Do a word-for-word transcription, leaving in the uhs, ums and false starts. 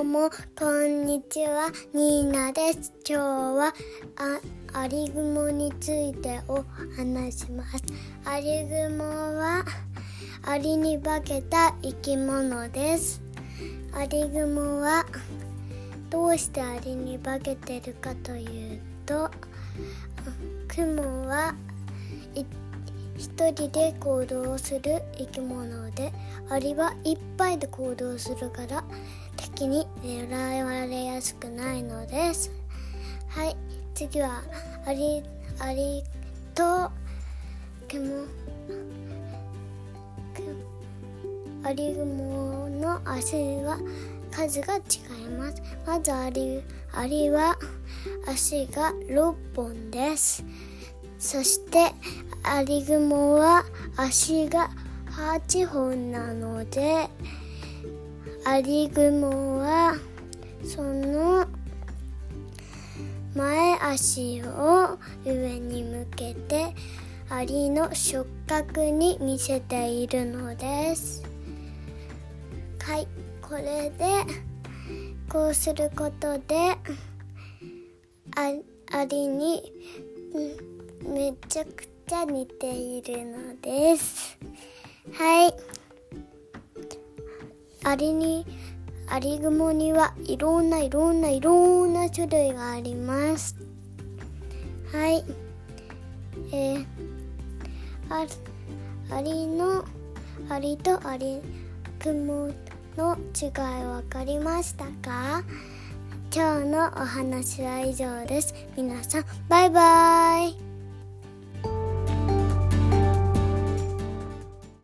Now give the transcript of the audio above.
うもこんにちは、ニーナです。今日はあアリグモについてお話します。アリグモはアリに化けた生き物です。アリグモはどうしてアリに化けてるかというと、クモは一人で行動する生き物で、アリはいっぱいで行動するから敵に狙われやすくないのです。はい、次はアリアリとクモアリグモの足は数が違います。まずアリアリは足がろっぽんです。そしてアリグモは足がはっぽんなので、アリグモはその前足を上に向けてアリの触覚に見せているのです。はい、これでこうすることでアリにめちゃくちゃ似ているのです。はい、アリにアリグモにはいろんないろんないろんな種類があります。はい、えー、あアリのアリとアリグモの違いわかりましたか？今日のお話は以上です。皆さんバイバイ。